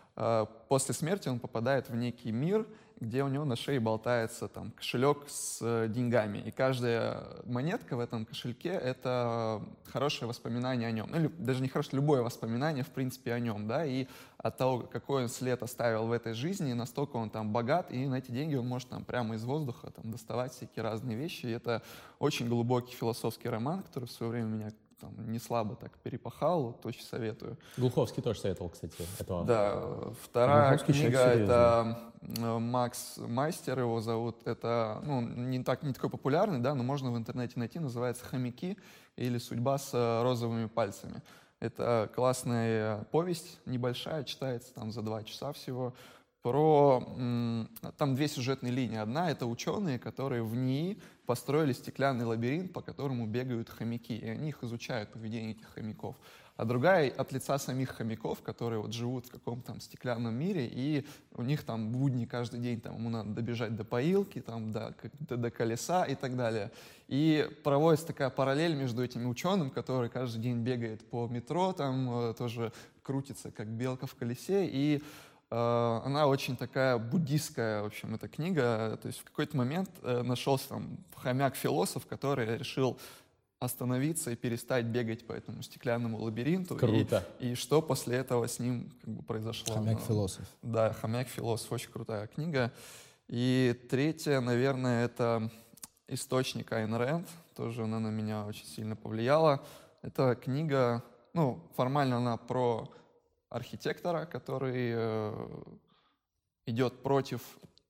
после смерти он попадает в некий мир, где у него на шее болтается там кошелек с деньгами. И каждая монетка в этом кошельке — это хорошее воспоминание о нем. Ну, или даже не хорошее, любое воспоминание, в принципе, о нем. Да? И от того, какой он след оставил в этой жизни, настолько он там богат, и на эти деньги он может там прямо из воздуха там доставать всякие разные вещи. И это очень глубокий философский роман, который в свое время меня там не слабо так перепахал, вот, очень советую. Глуховский тоже советовал, кстати, этого. Да, вторая Глуховский книга — человек это Макс Майстер, его зовут. Это, ну, не, так, не такой популярный, да, но можно в интернете найти, называется «Хомяки» или «Судьба с розовыми пальцами». Это классная повесть, небольшая, читается там за два часа всего. Про... Там две сюжетные линии. Одна — это ученые, которые в НИИ построили стеклянный лабиринт, по которому бегают хомяки, и они их изучают, поведение этих хомяков. А другая — от лица самих хомяков, которые вот живут в каком-то там стеклянном мире, и у них там будни каждый день, там ему надо добежать до поилки, там, до, до, до колеса и так далее. И проводится такая параллель между этими учеными, который каждый день бегает по метро, там тоже крутится, как белка в колесе, и она очень такая буддистская, в общем, эта книга. То есть в какой-то момент нашелся там хомяк-философ, который решил остановиться и перестать бегать по этому стеклянному лабиринту. Круто. И, и что после этого с ним как бы произошло. Хомяк-философ. Да, «Хомяк-философ», очень крутая книга. И третья, наверное, это «Источник» Айн Рэнд. Тоже она на меня очень сильно повлияла. Это книга, ну, формально она про архитектора, который э, идет против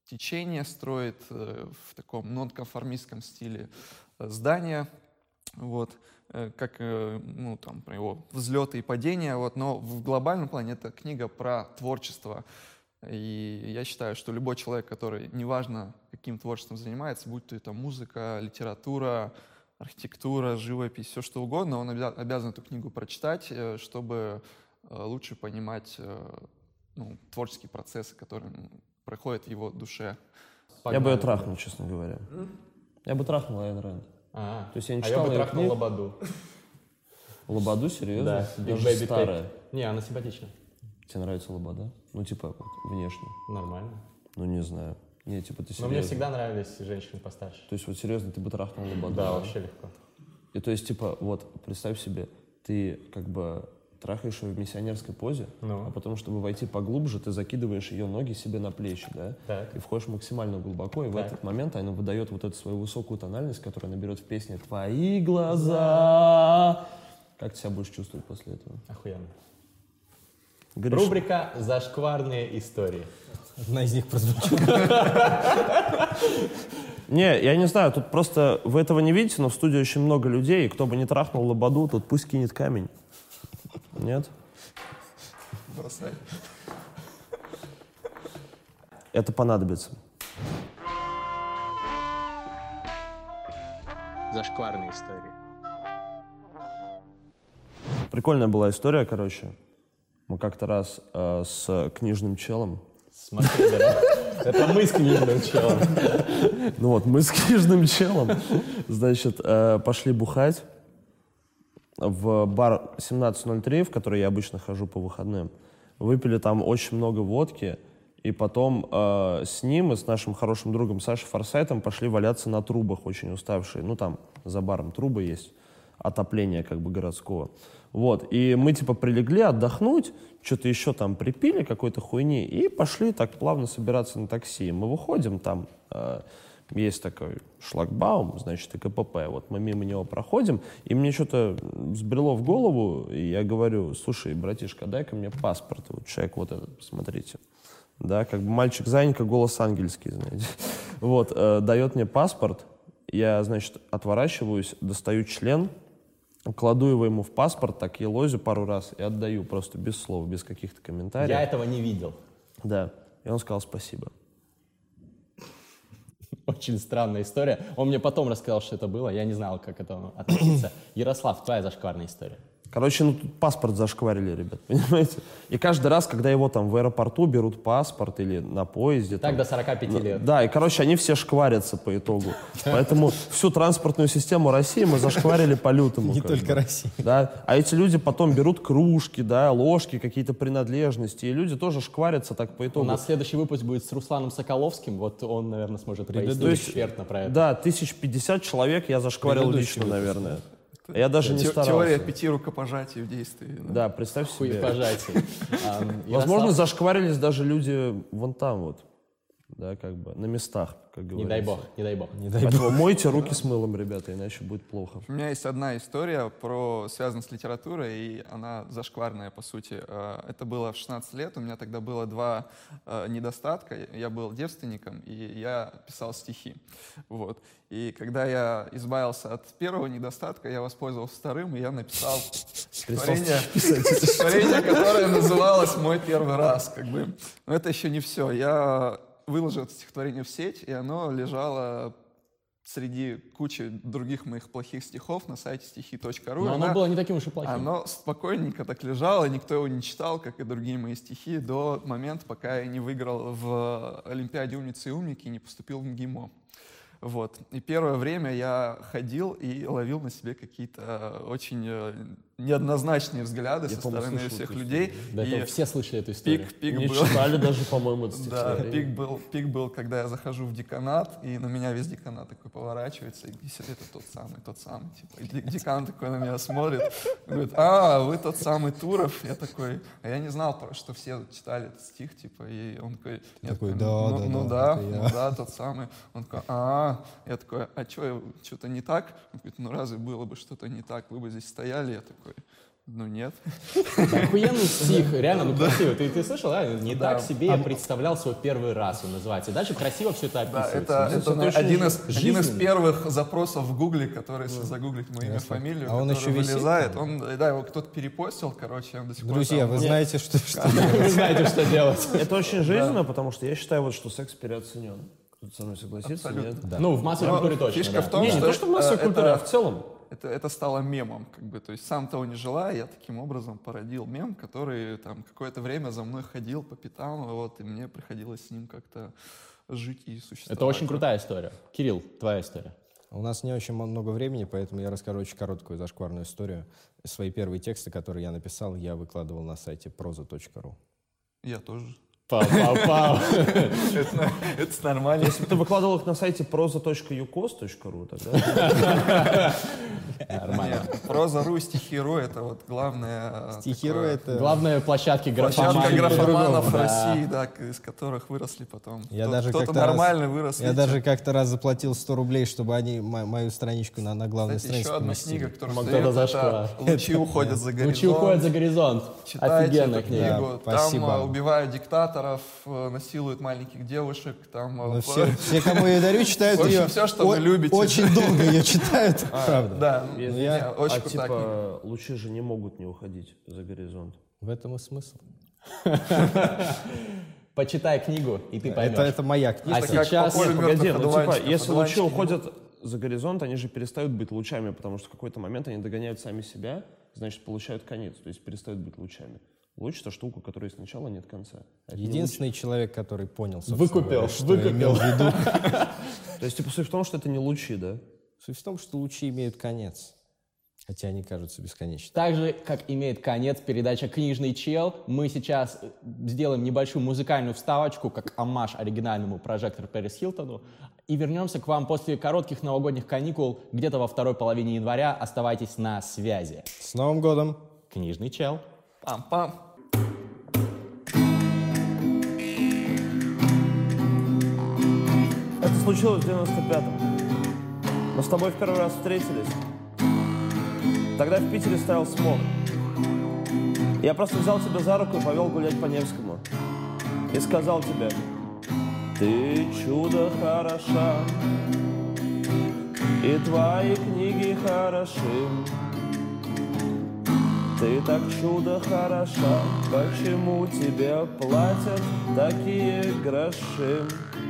течение, строит э, в таком нонконформистском стиле э, здания, вот, э, как э, ну, там, про его взлеты и падения, вот, но в глобальном плане это книга про творчество. И я считаю, что любой человек, который, неважно, каким творчеством занимается, будь то это музыка, литература, архитектура, живопись, все что угодно, он обязан эту книгу прочитать, чтобы лучше понимать ну, творческие процессы, которые проходят в его душе. Погнали. Я бы ее трахнул, честно говоря. Mm? Я бы трахнул Айн Рэнд. А, То есть я не а читал я бы трахнул книг. Лободу. Лободу, серьезно? Да, даже старая. Не, она симпатичная. Тебе нравится Лобода? Ну, типа, вот, внешне. Нормально. Ну, не знаю. Не, типа, ты серьезно. Но мне всегда нравились женщины постарше. То есть, вот серьезно, ты бы трахнул Лободу? Да, вообще легко. И то есть, типа, вот, представь себе, ты как бы трахаешь ее в миссионерской позе, ну. а потом, чтобы войти поглубже, ты закидываешь ее ноги себе на плечи, да? Так. И входишь максимально глубоко, и так. в этот момент она выдает вот эту свою высокую тональность, которую она берет в песне «Твои глаза». Как ты себя будешь чувствовать после этого? Охуенно. Говоришь, рубрика «Зашкварные истории». Одна из них прозвучала. Не, я не знаю, тут просто вы этого не видите, но в студии очень много людей, и кто бы не трахнул Лободу, тот пусть кинет камень. Нет? Бросай. Это понадобится. Зашкварные истории. Прикольная была история, короче. Мы как-то раз э, с книжным челом. Смотри, да. Это мы с книжным челом. Ну вот, мы с книжным челом, значит, э, пошли бухать в бар семнадцать ноль три, в который я обычно хожу по выходным. Выпили там очень много водки, и потом э, с ним и с нашим хорошим другом Сашей Форсайтом пошли валяться на трубах, очень уставшие. Ну там за баром трубы есть, отопление как бы городского. Вот, и мы типа прилегли отдохнуть, что-то еще там припили какой-то хуйни и пошли так плавно собираться на такси. Мы выходим, там э, есть такой шлагбаум, значит, и КПП. Вот мы мимо него проходим, и мне что-то взбрело в голову, и я говорю: слушай, братишка, дай-ка мне паспорт. Вот человек вот этот, посмотрите. Да, как бы мальчик Занька, голос ангельский, знаете. Вот, э, дает мне паспорт, я, значит, отворачиваюсь, достаю член, кладу его ему в паспорт, так елозю пару раз и отдаю просто без слов, без каких-то комментариев. Я этого не видел. Да. И он сказал спасибо. Очень странная история. Он мне потом рассказал, что это было. Я не знал, как к этому относиться. Ярослав, твоя зашкварная история. Короче, ну тут паспорт зашкварили, ребят, понимаете? И каждый раз, когда его там в аэропорту берут паспорт или на поезде... Так там, до сорока пяти лет. Да, и, короче, они все шкварятся по итогу. Поэтому всю транспортную систему России мы зашкварили по-лютому. Не только России. Да? А эти люди потом берут кружки, да, ложки, какие-то принадлежности, и люди тоже шкварятся так по итогу. У нас следующий выпуск будет с Русланом Соколовским. Вот он, наверное, сможет пояснить экспертно про это. Да, тысяч пятьдесят человек я зашкварил лично, наверное. Я даже не Те- старался. Теория пяти рукопожатий в действии. Да, Да, представь себе. Хуепожатие. Возможно, зашкварились даже люди вон там вот. Да, как бы, на местах, как Не говорится. дай бог, не дай бог. Не дай Поэтому мойте руки с мылом, ребята, иначе будет плохо. У меня есть одна история, про, связанная с литературой, и она зашкварная, по сути. Э, Это было в шестнадцать лет, у меня тогда было два э, недостатка. Я был девственником, и я писал стихи. Вот. И когда я избавился от первого недостатка, я воспользовался вторым, и я написал стихотворение, стихотворение, которое называлось «Мой первый раз». Как бы. Но это еще не все. Я выложил это стихотворение в сеть, и оно лежало среди кучи других моих плохих стихов на сайте стихи точка ру. Но оно было не таким уж и плохим. Оно спокойненько так лежало, никто его не читал, как и другие мои стихи, до момента, пока я не выиграл в Олимпиаде «Умницы и умники» и не поступил в МГИМО. Вот. И первое время я ходил и ловил на себе какие-то очень э, неоднозначные взгляды Я, со по-моему, стороны слышал всех эту людей. Да, И это все слышали эту историю. пик, пик Не был. читали даже, по-моему, это Да, стихотворение. пик был, пик был, когда я захожу в деканат, и на меня весь деканат такой поворачивается, и сидит это тот самый, тот самый. Типа. И де- декан такой на меня смотрит, говорит: а, вы тот самый Туров? Я такой, а я не знал, что все читали этот стих, типа, и он такой, я Такой, такой, да, ну, да, ну да, да, это ну я». да, тот самый. Он такой, а, я такой, а что, что-то не так? Он говорит: ну разве было бы что-то не так, вы бы здесь стояли? Я такой, Ну, нет. Охуенный стих, реально, ну красиво. Ты, ты слышал, да? Не Да. так себе я представлял свой первый раз, он называется. И дальше красиво все это Да, описывается. это, Ну, это это очень один, из, один из жизненно. первых запросов в Гугле, который, если загуглить мое имя, фамилию, А он который еще висит вылезает. там? Он, да, его кто-то перепостил, короче, он до сих пор Друзья, там. вы знаете, что... что... Вы знаете, что делать. Это очень жизненно, потому что я считаю, вот, что секс переоценен. Кто-то со мной согласится, Абсолютно. нет? Да. Ну, в массовой Но культуре точно, фишка да. в том, Не, не что то, что в массовой э, культуре, это- а в целом. Это, это стало мемом, как бы, то есть сам того не желая, я таким образом породил мем, который там какое-то время за мной ходил по пятам, вот, и мне приходилось с ним как-то жить и существовать. Это очень крутая история. Кирилл, твоя история. У нас не очень много времени, поэтому я расскажу очень короткую зашкварную историю. Свои первые тексты, которые я написал, я выкладывал на сайте проза точка ру. Я тоже. Пау-пау-пау. Это, это нормально. Если бы ты выкладывал их на сайте проза точка юкос точка ру, тогда... Нормально. Нет, проза.ру, стихи.ру — это вот главное... Стихиру такое- это... Главные площадки Площадка графомании. графоманов Да. России, да, к- из которых выросли потом. Я Кто- даже Кто-то как-то раз- нормальный вырос. Я видите. даже как-то раз заплатил сто рублей, чтобы они мо- мою страничку на, на главной Кстати, странице еще одна поместили. книга, которая Вот стоит, это это зашквар. «Лучи уходят за горизонт». Лучи уходят за горизонт. Читайте Офигенная эту книга. книгу. Да, Там спасибо. а, убивают диктаторов, э, насилуют маленьких девушек. Там, а, Но в- все, все, кому я дарю, читают В общем, ее. всё, что вы любите. Очень долго ее читают, правда. Да, ну, Я- не, я- очень А крутая книга. типа лучи же не могут не уходить за горизонт. В этом и смысл. Почитай книгу, и ты поймешь. Это, это моя книга. А Это как сейчас- по полю Нет, погоди, мертвых ну типа, одуванчиков. если лучи Одуванчики не уходят за горизонт, они же перестают быть лучами, потому что в какой-то момент они догоняют сами себя, значит, получают конец, то есть перестают быть лучами. Луч — это штука, у которой есть начало, нет конца. А это не луч. Единственный человек, который понял, собственно Выкупил, говоря, что выкупил. я имел в виду. То есть, типа, суть в том, что это не лучи, да? Суть в том, что лучи имеют конец. Хотя они кажутся бесконечными. Так же, как имеет конец передача «Книжный чел», мы сейчас э, сделаем небольшую музыкальную вставочку, как оммаж оригинальному «Прожектор Пэрис Хилтону», и вернемся к вам после коротких новогодних каникул где-то во второй половине января. Оставайтесь на связи. С Новым годом! «Книжный чел». Пам-пам. Это случилось в девяносто пятом. Мы с тобой в первый раз встретились. Тогда в Питере стоял смог. Я просто взял тебя за руку и повел гулять по Невскому. И сказал тебе: ты чудо хороша, и твои книги хороши. Ты так чудо хороша, почему тебе платят такие гроши?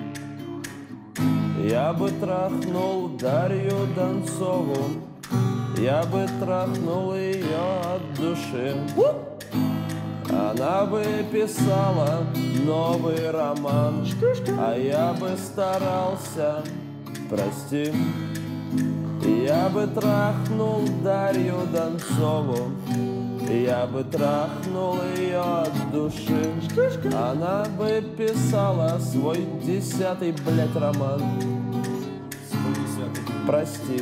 Я бы трахнул Дарью Донцову, я бы трахнул ее от души. Она бы писала новый роман, а я бы старался, прости. Я бы трахнул Дарью Донцову, я бы трахнул ее от души. Она бы писала свой десятый, блядь, роман. Прости.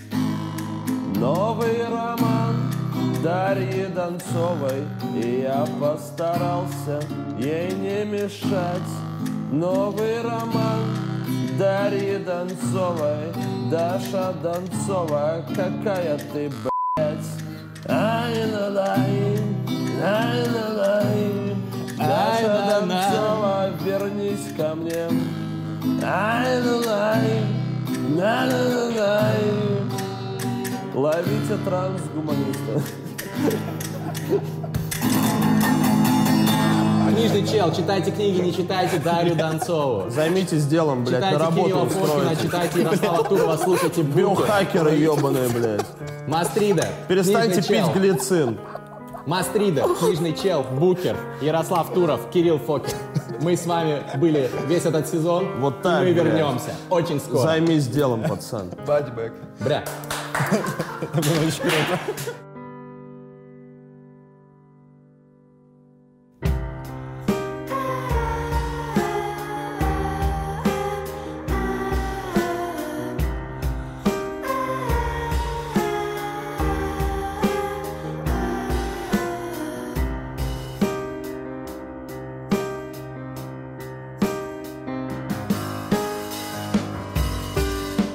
Новый роман Дарьи Донцовой, и я постарался ей не мешать. Новый роман Дарьи Донцовой. Даша Донцова, какая ты, блядь. Ай-на-лай, ай-на-лай. Даша Донцова, вернись ко мне. Ай-на-лай, на-на-на-лай. Ловите трансгуманиста. «Книжный чел», читайте книги, не читайте Дарью Донцову. Займитесь делом, блядь, на Читайте работу Кирилла Фокина, устроитесь. читайте Ярослава Турова, слушайте Букер. Биохакеры ебаные, блядь. Мастрида. Перестаньте «Книжный чел». пить глицин. Мастрида, «Книжный чел», Букер, Ярослав Туров, Кирилл Фокин. Мы с вами были весь этот сезон. Вот так, И мы блядь. вернемся очень скоро. Займись делом, пацан. Бадибэк. Бля. Это было очень круто.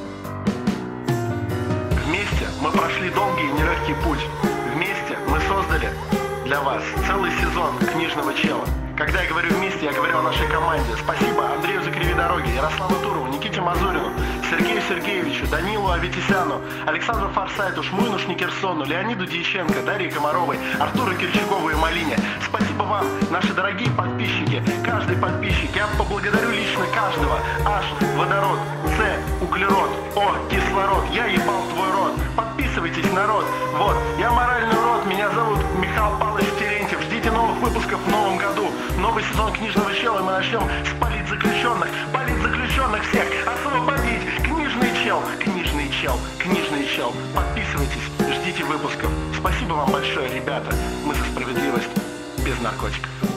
Вместе мы прошли долгий и нелегкий путь. Вместе мы создали создали для вас целый сезон книжного чела. Когда я говорю вместе, я говорю о нашей команде. Спасибо Андрею за кривые дороги, Ярославу Турову, Никите Мазурину, Сергею Сергеевичу, Данилу Аветисяну, Александру Форсайту, Шмуйну Шникерсону, Леониду Дьяченко, Дарье Комаровой, Артуру Кирчакову и Малине. Спасибо вам, наши дорогие подписчики, каждый подписчик. Я поблагодарю лично каждого. H – водород, C – углерод, O – кислород. Я ебал твой рот. Подписывайтесь, народ. Вот, я моральный урод, меня зовут Михаил Павлович Терентьев. Ждите новых выпусков в новом году. Новый сезон книжного чела, и мы начнем с политзаключенных. Политзаключенных всех освободить. Книжный чел, книжный чел, книжный чел. Подписывайтесь, ждите выпусков. Спасибо вам большое, ребята. Мы за справедливость без наркотиков.